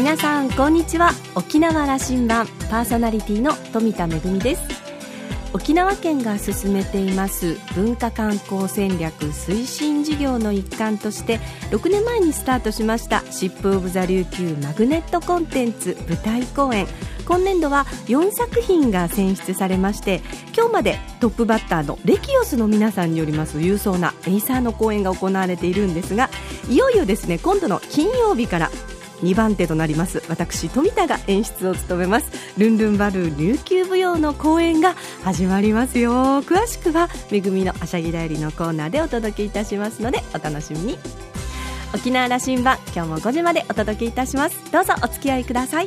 皆さんこんにちは。沖縄羅針盤パーソナリティの富田恵です。沖縄県が進めています文化観光戦略推進事業の一環として6年前にスタートしましたシップオブザ琉球マグネットコンテンツ舞台公演、今年度は4作品が選出されまして、今日までトップバッターのレキオスの皆さんによります勇壮なエイサーの公演が行われているんですが、いよいよですね、今度の金曜日から2番手となります私富田が演出を務めますルンルンバルー琉球舞踊の公演が始まりますよ。詳しくはめぐみのあしゃぎだよりのコーナーでお届けいたしますのでお楽しみに。沖縄羅針盤、今日も5時までお届けいたします。どうぞお付き合いください。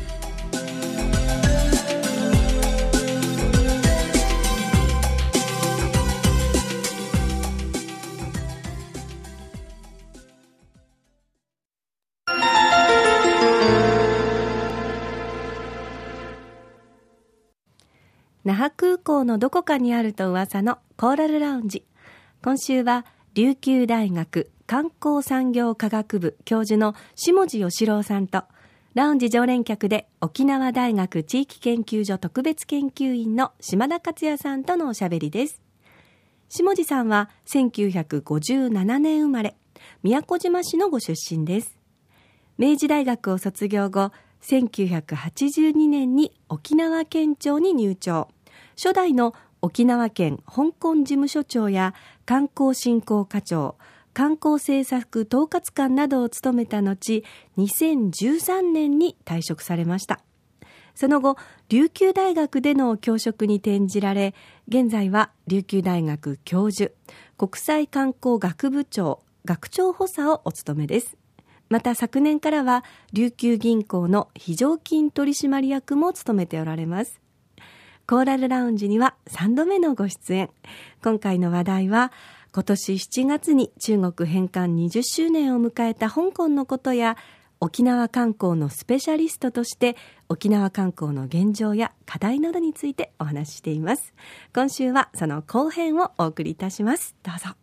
那覇空港のどこかにあると噂のコーラルラウンジ。今週は琉球大学観光産業科学部教授の下地義郎さんと、ラウンジ常連客で沖縄大学地域研究所特別研究員の島田克也さんとのおしゃべりです。下地さんは1957年生まれ、宮古島市のご出身です。明治大学を卒業後、1982年に沖縄県庁に入庁。初代の沖縄県香港事務所長や観光振興課長、観光政策統括官などを務めた後、2013年に退職されました。その後、琉球大学での教職に転じられ、現在は琉球大学教授、国際観光学部長、学長補佐をお務めです。また昨年からは琉球銀行の非常勤取締役も務めておられます。コーラルラウンジには3度目のご出演。今回の話題は今年7月に中国返還20周年を迎えた香港のことや、沖縄観光のスペシャリストとして沖縄観光の現状や課題などについてお話ししています。今週はその後編をお送りいたします。どうぞ。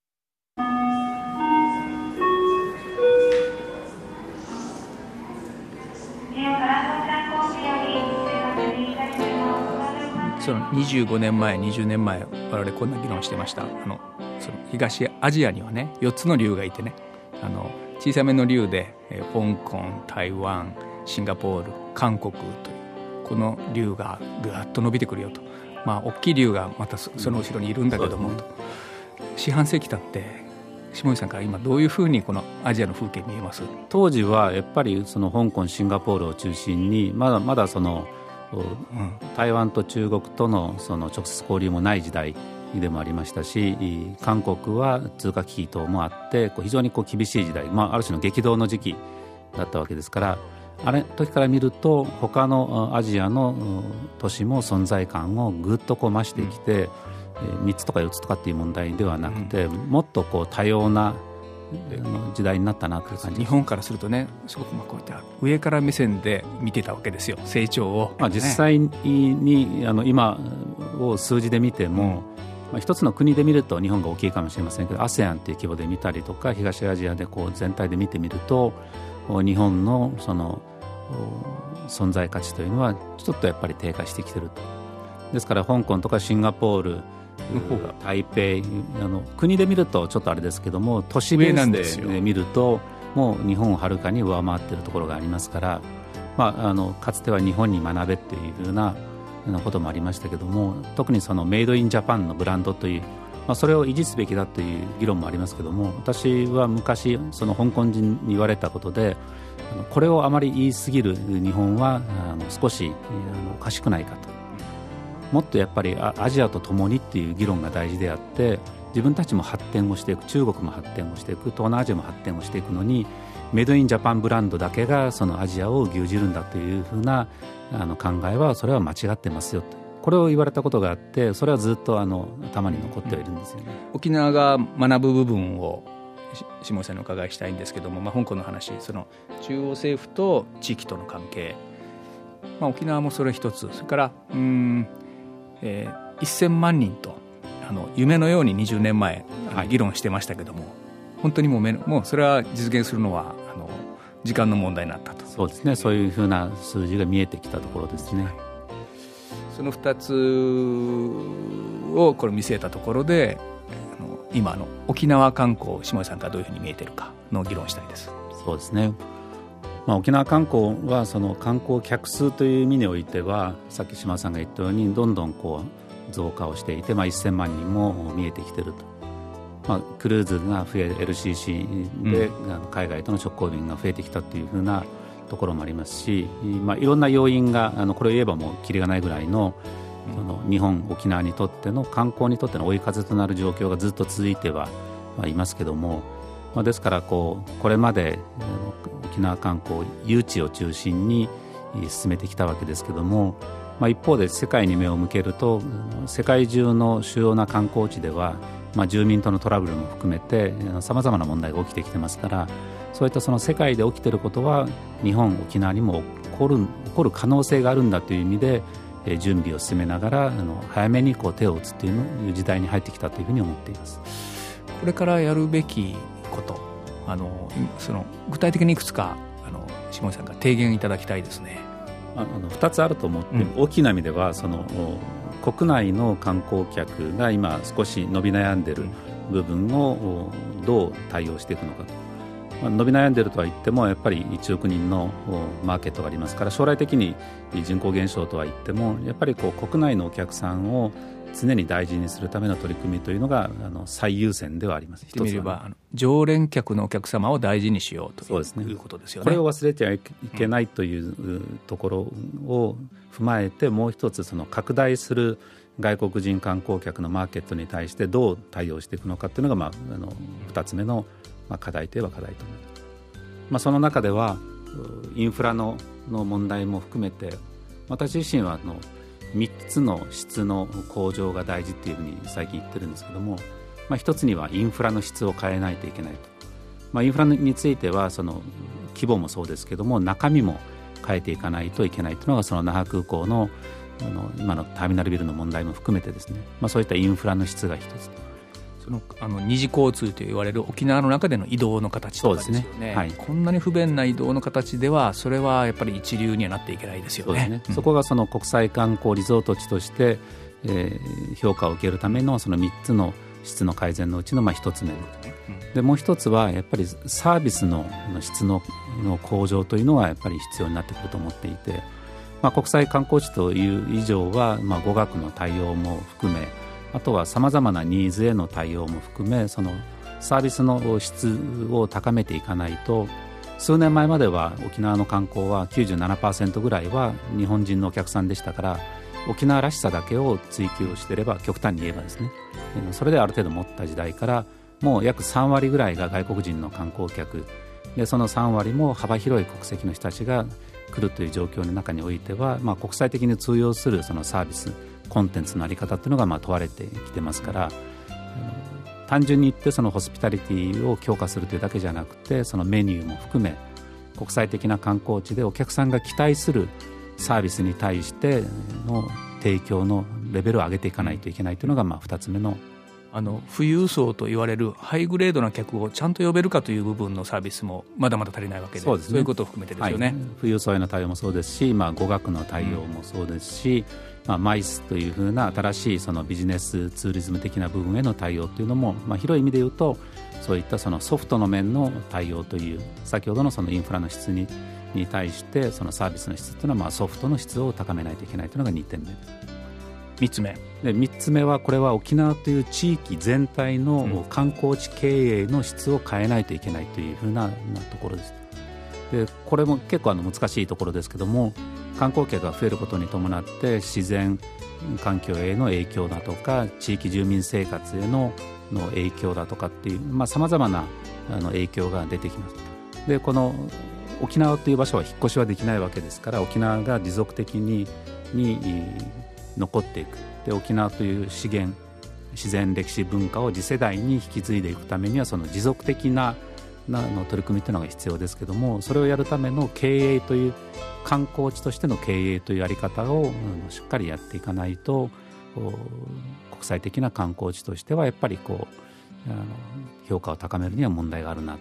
その25年前20年前我々こんな議論してました。その東アジアにはね4つの竜がいてね、小さめの竜で香港、台湾、シンガポール、韓国というこの竜がぐわっと伸びてくるよと、大きい竜がまたその後ろにいるんだけども、四半世紀経って下地さんから今どういうふうにこのアジアの風景見えます？ 当時はやっぱりその香港、シンガポールを中心にまだその台湾と中国とのその直接交流もない時代でもありましたし、韓国は通貨危機等もあって非常に厳しい時代、ある種の激動の時期だったわけですから、あれ時から見ると他のアジアの都市も存在感をぐっと増してきて、3つとか4つとかっていう問題ではなくて、もっと多様な時代になったなという感じ。 日本からするとね、すごくこういった上から目線で見てたわけですよ、成長を、 実際に今を数字で見ても、一つの国で見ると日本が大きいかもしれませんけど、 ASEAN という規模で見たりとか東アジアで全体で見てみると、日本のその存在価値というのはちょっとやっぱり低下してきていると。ですから香港とかシンガポール、台北、国で見るとちょっとあれですけども、都市ベースで見るともう日本をはるかに上回っているところがありますから、かつては日本に学べというようなこともありましたけども、特にそのメイドインジャパンのブランドという、それを維持すべきだという議論もありますけども、私は昔その香港人に言われたことで、これをあまり言い過ぎる日本は少しおかしくないかと。もっとやっぱりアジアと共にっていう議論が大事であって、自分たちも発展をしていく、中国も発展をしていく、東南アジアも発展をしていくのに、メイドインジャパンブランドだけがそのアジアを牛耳るんだというふうな考えは、それは間違ってますよと、これを言われたことがあって、それはずっと頭に残ってはいるんですよね。 沖縄が学ぶ部分を下地さんにお伺いしたいんですけども、香港の話、その中央政府と地域との関係、沖縄もそれ一つ、それから1000万人と夢のように20年前議論してましたけども、本当にもうそれは実現するのは時間の問題になったと。 そうですね、そういうふうな数字が見えてきたところですね。 その2つをこれ見据えたところで今の沖縄観光、下地さんからどういうふうに見えているかの議論したいです。 そうですね、沖縄観光はその観光客数という意味においてはさっき島さんが言ったようにどんどん増加をしていて、1000万人も見えてきていると、クルーズが増え LCC で、海外との直行便が増えてきたというふうなところもありますし、いろんな要因がこれを言えばもうキリがないぐらいの、日本沖縄にとっての観光にとっての追い風となる状況がずっと続いてはいますけども、ですからこれまで沖縄観光誘致を中心に進めてきたわけですけども、一方で世界に目を向けると世界中の主要な観光地では、住民とのトラブルも含めてさまざまな問題が起きてきてますから、そういったその世界で起きていることは日本沖縄にも起こる可能性があるんだという意味で準備を進めながら早めに手を打つという時代に入ってきたというふうに思っています。 これからやるべきことその具体的にいくつか下地さんから提言いただきたいですね。 2つあると思って、大きな意味ではその国内の観光客が今少し伸び悩んでいる部分をどう対応していくのかと、伸び悩んでいるとは言ってもやっぱり1億人のマーケットがありますから、将来的に人口減少とは言ってもやっぱり国内のお客さんを常に大事にするための取り組みというのが最優先ではあります。 言ってみれば常連客のお客様を大事にしようということですよね。 これを忘れてはいけないというところを踏まえて、もう一つその拡大する外国人観光客のマーケットに対してどう対応していくのかというのが、2つ目の課題といえば課題と思います。その中ではインフラの問題も含めて、私自身は3つの質の向上が大事っていうふうに最近言ってるんですけども、一つにはインフラの質を変えないといけないと、インフラについてはその規模もそうですけども中身も変えていかないといけないというのがその那覇空港の今のターミナルビルの問題も含めてですね、そういったインフラの質が一つ、 その二次交通と言われる沖縄の中での移動の形とかですよね。 そうですね、はい、 こんなに不便な移動の形ではそれはやっぱり一流にはなっていけないですよね。 そうですね、そこがその国際観光リゾート地として、評価を受けるためのその3つの質の改善のうちの1つ目で、もう一つはやっぱりサービスの質の向上というのがやっぱり必要になってくると思っていて、国際観光地という以上は、語学の対応も含め、あとはさまざまなニーズへの対応も含め、そのサービスの質を高めていかないと、数年前までは沖縄の観光は 97% ぐらいは日本人のお客さんでしたから、沖縄らしさだけを追求していれば、極端に言えばですね、それである程度持った時代からもう約3割ぐらいが外国人の観光客で、その3割も幅広い国籍の人たちが来るという状況の中においては、国際的に通用するそのサービスコンテンツのあり方というのが問われてきてますから、単純に言ってそのホスピタリティを強化するというだけじゃなくて、そのメニューも含め国際的な観光地でお客さんが期待するサービスに対しての提供のレベルを上げていかないといけないというのが2つ目の、 富裕層と言われるハイグレードな客をちゃんと呼べるかという部分のサービスもまだまだ足りないわけで、そういうことを含めてですよね。 富裕層への対応もそうですし、語学の対応もそうですし、マイスというふうな新しいそのビジネスツーリズム的な部分への対応というのも、広い意味で言うとそういったそのソフトの面の対応という、先ほどのそのインフラの質に対してそのサービスの質というのはソフトの質を高めないといけないというのが2点目です。 3つ目で、3つ目はこれは沖縄という地域全体の観光地経営の質を変えないといけないというふうなところです。でこれも結構難しいところですけども、観光客が増えることに伴って自然環境への影響だとか地域住民生活への影響だとかっていうさまざまな影響が出てきます。でこの沖縄という場所は引っ越しはできないわけですから、沖縄が持続的に残っていく。で沖縄という資源、自然歴史文化を次世代に引き継いでいくためには、その持続的な取り組みというのが必要ですけども、それをやるための経営という観光地としての経営というやり方をしっかりやっていかないと、国際的な観光地としてはやっぱり評価を高めるには問題があるなと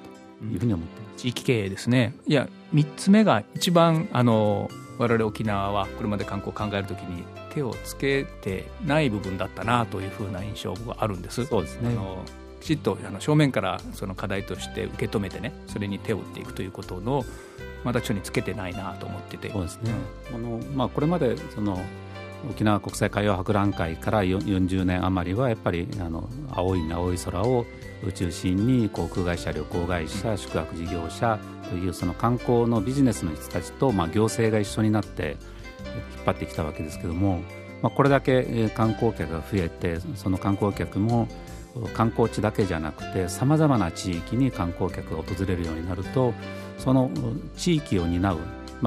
いうふうに思っています。 地域経営ですね。いや、3つ目が一番我々沖縄はこれまで観光を考えるときに手をつけてない部分だったなというふうな印象があるんです。 そうですね。 きちっと正面からその課題として受け止めてね、それに手を打っていくということのまだちょっとつけてないなと思ってて。 そうですね。これまで沖縄国際海洋博覧会から40年余りはやっぱり青い空を中心に航空会社、旅行会社、宿泊事業者というその観光のビジネスの人たちと行政が一緒になって引っ張ってきたわけですけども、これだけ観光客が増えて、その観光客も観光地だけじゃなくてさまざまな地域に観光客が訪れるようになると、その地域を担う、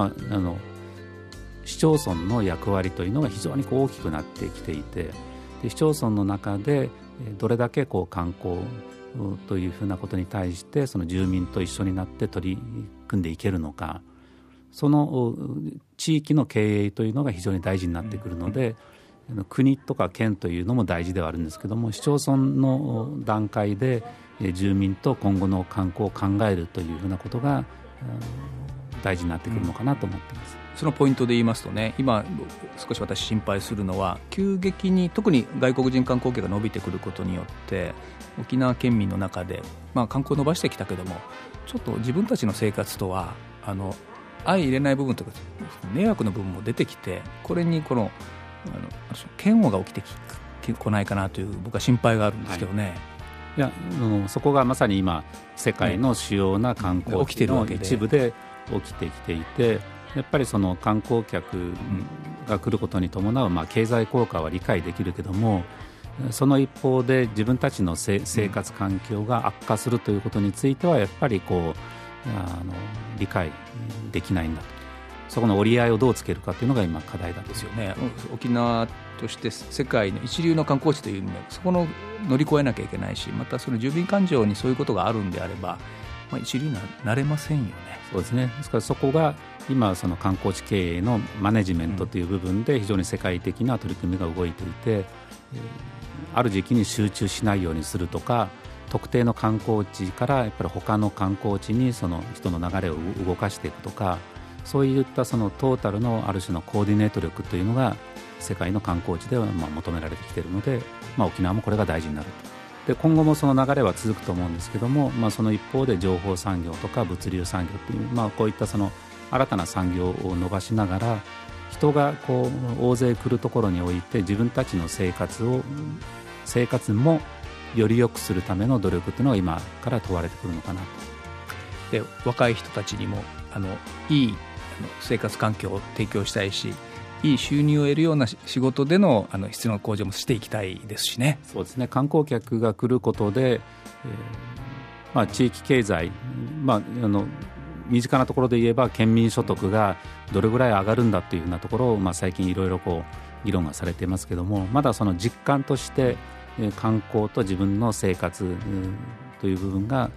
市町村の役割というのが非常に大きくなってきていて、で市町村の中でどれだけ観光というふうなことに対してその住民と一緒になって取り組んでいけるのか、その地域の経営というのが非常に大事になってくるので、国とか県というのも大事ではあるんですけども、市町村の段階で住民と今後の観光を考えるというふうなことが大事になってくるのかなと思っています。 そのポイントで言いますとね、今少し私心配するのは、急激に特に外国人観光客が伸びてくることによって沖縄県民の中で、観光を伸ばしてきたけども、ちょっと自分たちの生活とは相入れない部分とか迷惑の部分も出てきて、これに嫌悪が起きてこないかなという僕は心配があるんですけどね。 いや、そこがまさに今世界の主要な観光地の一部で起きてきていて、やっぱりその観光客が来ることに伴う経済効果は理解できるけども、その一方で自分たちの生活環境が悪化するということについてはやっぱり理解できないんだと。そこの折り合いをどうつけるかというのが今課題なんですよね。 沖縄として世界の一流の観光地というので、そこの乗り越えなきゃいけないし、またその住民感情にそういうことがあるんであれば、一流になれませんよね。 そうですね。ですからそこが今その観光地経営のマネジメントという部分で非常に世界的な取り組みが動いていて、ある時期に集中しないようにするとか、特定の観光地からやっぱり他の観光地にその人の流れを動かしていくとか、そういったそのトータルのある種のコーディネート力というのが世界の観光地では求められてきているので、沖縄もこれが大事になると。で今後もその流れは続くと思うんですけども、その一方で情報産業とか物流産業という、こういったその新たな産業を伸ばしながら、人が大勢来るところにおいて自分たちの生活もより良くするための努力というのが今から問われてくるのかなと。 で若い人たちにもいい生活環境を提供したいし、いい収入を得るような仕事での質の向上もしていきたいですしね。 そうですね。観光客が来ることで、地域経済、身近なところで言えば県民所得がどれぐらい上がるんだというようなところを、最近いろいろ議論がされていますけども、まだその実感として観光と自分の生活という部分が、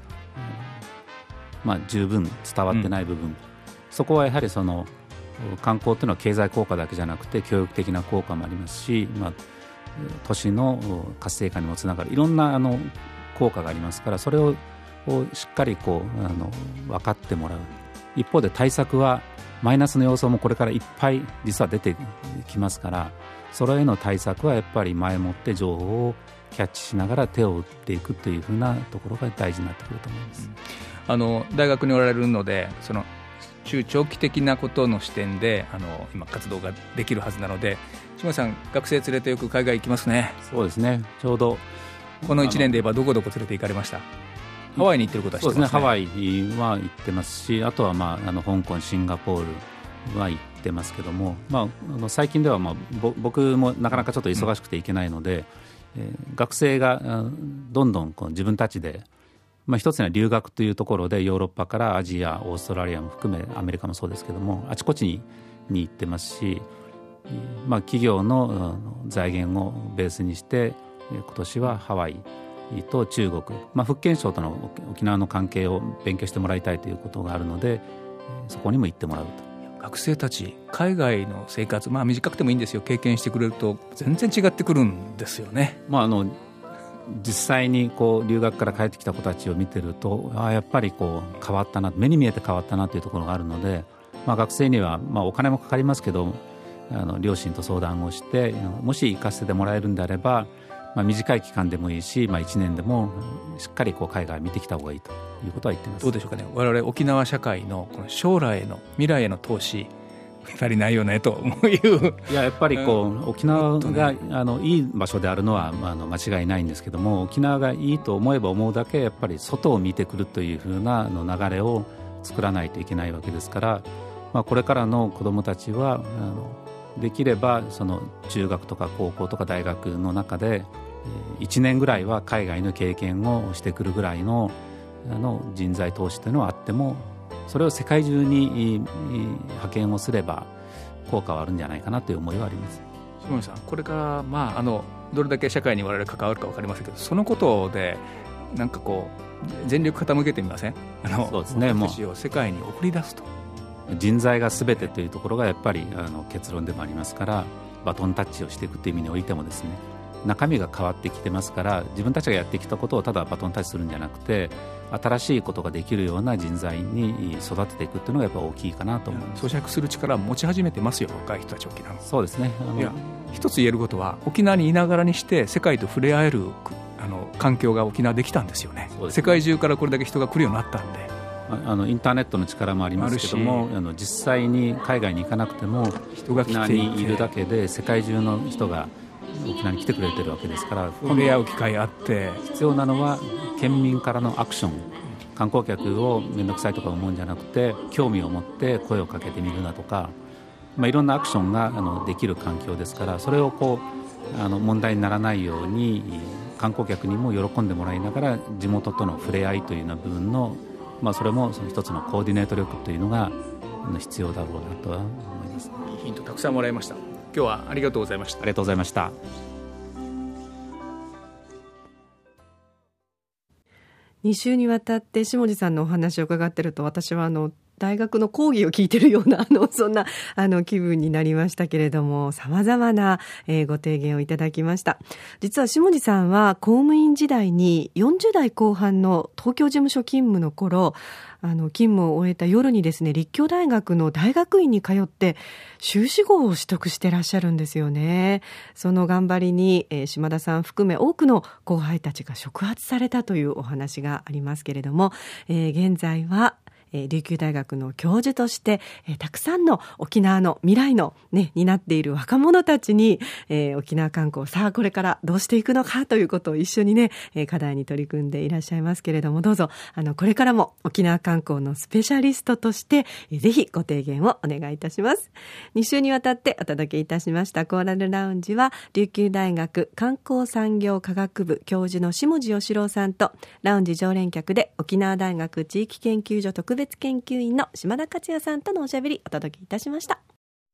十分伝わってない部分、そこはやはりその観光というのは経済効果だけじゃなくて教育的な効果もありますし、都市の活性化にもつながるいろんな効果がありますから、それをしっかり分かってもらう。一方で対策はマイナスの要素もこれからいっぱい実は出てきますから、それへの対策はやっぱり前もって情報をキャッチしながら手を打っていくというふうなところが大事になってくると思います。 大学におられるので、その中長期的なことの視点で今活動ができるはずなので、島さん学生連れてよく海外行きますね。 そうですね。ちょうどこの1年で言えばどこ連れて行かれました？ハワイに行ってることは知ってますね。 そうですね。ハワイは行ってますし、あとは香港、シンガポールは行ってますけども、最近では僕もなかなかちょっと忙しくて行けないので、学生がどんどん自分たちで、一つには留学というところでヨーロッパからアジア、オーストラリアも含めアメリカもそうですけども、あちこちに行ってますし、企業の財源をベースにして今年はハワイと中国、福建省との沖縄の関係を勉強してもらいたいということがあるので、そこにも行ってもらうと。 学生たち海外の生活、短くてもいいんですよ、経験してくれると全然違ってくるんですよね。 実際にこう留学から帰ってきた子たちを見てるとやっぱりこう変わったな、目に見えて変わったなというところがあるので、学生にはお金もかかりますけど両親と相談をして、もし行かせてもらえるんであれば、短い期間でもいいし、1年でもしっかりこう海外を見てきた方がいいということは言っています。 どうでしょうかね、我々沖縄社会のこの将来への未来への投資足りないよねというやっぱりこう、沖縄がいい場所であるのは間違いないんですけども、沖縄がいいと思えば思うだけやっぱり外を見てくるというふうな流れを作らないといけないわけですから、これからの子どもたちはできればその中学とか高校とか大学の中で1年ぐらいは海外の経験をしてくるぐらいの人材投資というのはあっても、それを世界中に派遣をすれば効果はあるんじゃないかなという思いはあります。 下森さん、これからどれだけ社会に我々関わるか分かりませんけど、そのことでなんかこう全力傾けてみません？ そうですね、 私を世界に送り出すと。 人材が全てというところがやっぱり結論でもありますから、バトンタッチをしていくという意味においてもですね、中身が変わってきてますから、自分たちがやってきたことをただバトンタッチするんじゃなくて、新しいことができるような人材に育てていくというのがやっぱり大きいかなと思います。 咀嚼する力を持ち始めてますよ、若い人たち沖縄。 そうですね。 いや、一つ言えることは、沖縄にいながらにして世界と触れ合える環境が沖縄できたんですよね。世界中からこれだけ人が来るようになったんで、 インターネットの力もありますけども、実際に海外に行かなくても人が来ていて、 沖縄にいるだけで世界中の人が沖縄に来てくれてるわけですから、 触れ合う機会あって、 必要なのは県民からのアクション。観光客を面倒くさいとか思うんじゃなくて、興味を持って声をかけてみるなとか、いろんなアクションができる環境ですから、それをこう問題にならないように観光客にも喜んでもらいながら、地元との触れ合いというような部分の、それもその一つのコーディネート力というのが必要だろうなとは思います。 いいヒントたくさんもらいました。今日はありがとうございました。 ありがとうございました。 2週にわたって下地さんのお話を伺っていると、私は大学の講義を聞いているようなそんな気分になりましたけれども、様々な、ご提言をいただきました。実は下地さんは公務員時代に40代後半の東京事務所勤務の頃、勤務を終えた夜にですね、立教大学の大学院に通って修士号を取得してらっしゃるんですよね。その頑張りに、島田さん含め多くの後輩たちが触発されたというお話がありますけれども、現在は琉球大学の教授として、たくさんの沖縄の未来のね、担っている若者たちに、沖縄観光、さあこれからどうしていくのかということを一緒にね、課題に取り組んでいらっしゃいますけれども、どうぞこれからも沖縄観光のスペシャリストとして、ぜひご提言をお願いいたします。2週にわたってお届けいたしましたコーラルラウンジは、琉球大学観光産業科学部教授の下地義郎さんと、ラウンジ常連客で沖縄大学地域研究所特別研究員の島田克也さんとのおしゃべりお届けいたしました。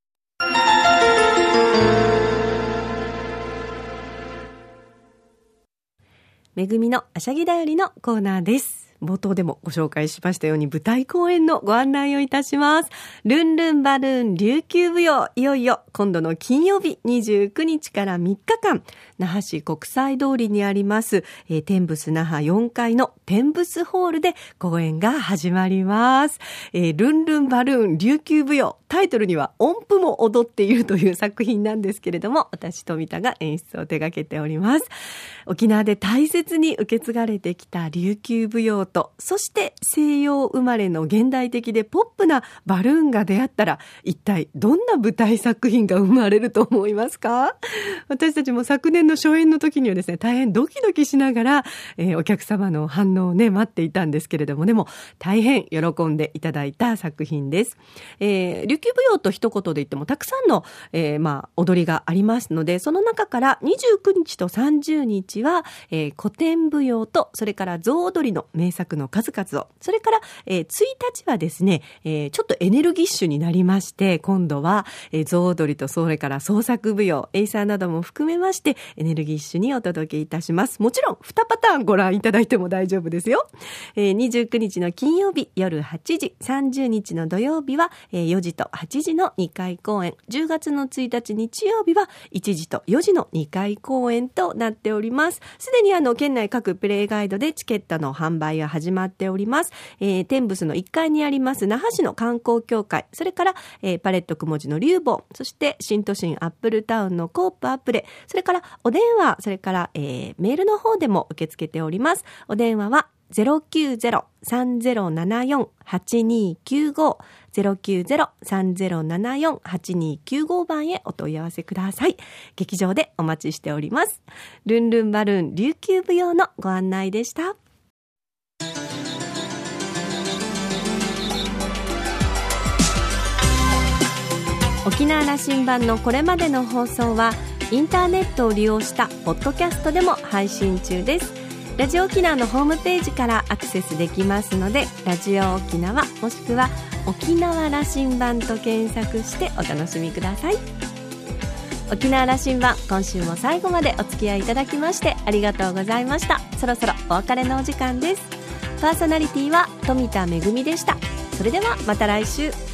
めぐみのあしゃぎだよりのコーナーです。冒頭でもご紹介しましたように、舞台公演のご案内をいたします。ルンルンバルーン琉球舞踊、いよいよ今度の金曜日29日から3日間、那覇市国際通りにありますテンブス那覇4階のテンブスホールで公演が始まります。ルンルンバルーン琉球舞踊、タイトルには音符も踊っているという作品なんですけれども、私富田が演出を手掛けております。沖縄で大切に受け継がれてきた琉球舞踊と、そして西洋生まれの現代的でポップなバルーンが出会ったら、一体どんな舞台作品が生まれると思いますか？私たちも昨年の初演の時にはですね、大変ドキドキしながら、お客様の反応をね、待っていたんですけれども、でも大変喜んでいただいた作品です。琉球舞踊と一言で言ってもたくさんの、踊りがありますので、その中から29日と30日は、古典舞踊と、それから象踊りの名作の数々を、それから、1日はですね、ちょっとエネルギッシュになりまして、今度は、象踊りとそれから創作舞踊、エイサーなども含めましてエネルギッシュにお届けいたします。もちろん2パターンご覧いただいても大丈夫ですよ。29日の金曜日夜8時、30日の土曜日は4時とと8時の2回公演、10月の1日日曜日は1時と4時の2回公演となっております。すでに県内各プレイガイドでチケットの販売が始まっております。天仏の1階にあります那覇市の観光協会、それから、パレットくもじの竜房、そして新都心アップルタウンのコープアップレ、それからお電話、それから、メールの方でも受け付けております。お電話は090-3074-8295 090-3074-8295 番へお問い合わせください。劇場でお待ちしております。ルンルンバルーン琉球舞踊のご案内でした。沖縄羅針盤のこれまでの放送はインターネットを利用したポッドキャストでも配信中です。ラジオ沖縄のホームページからアクセスできますので、ラジオ沖縄もしくは沖縄羅針盤と検索してお楽しみください。沖縄羅針盤、今週も最後までお付き合いいただきましてありがとうございました。そろそろお別れのお時間です。パーソナリティは富田恵でした。それではまた来週。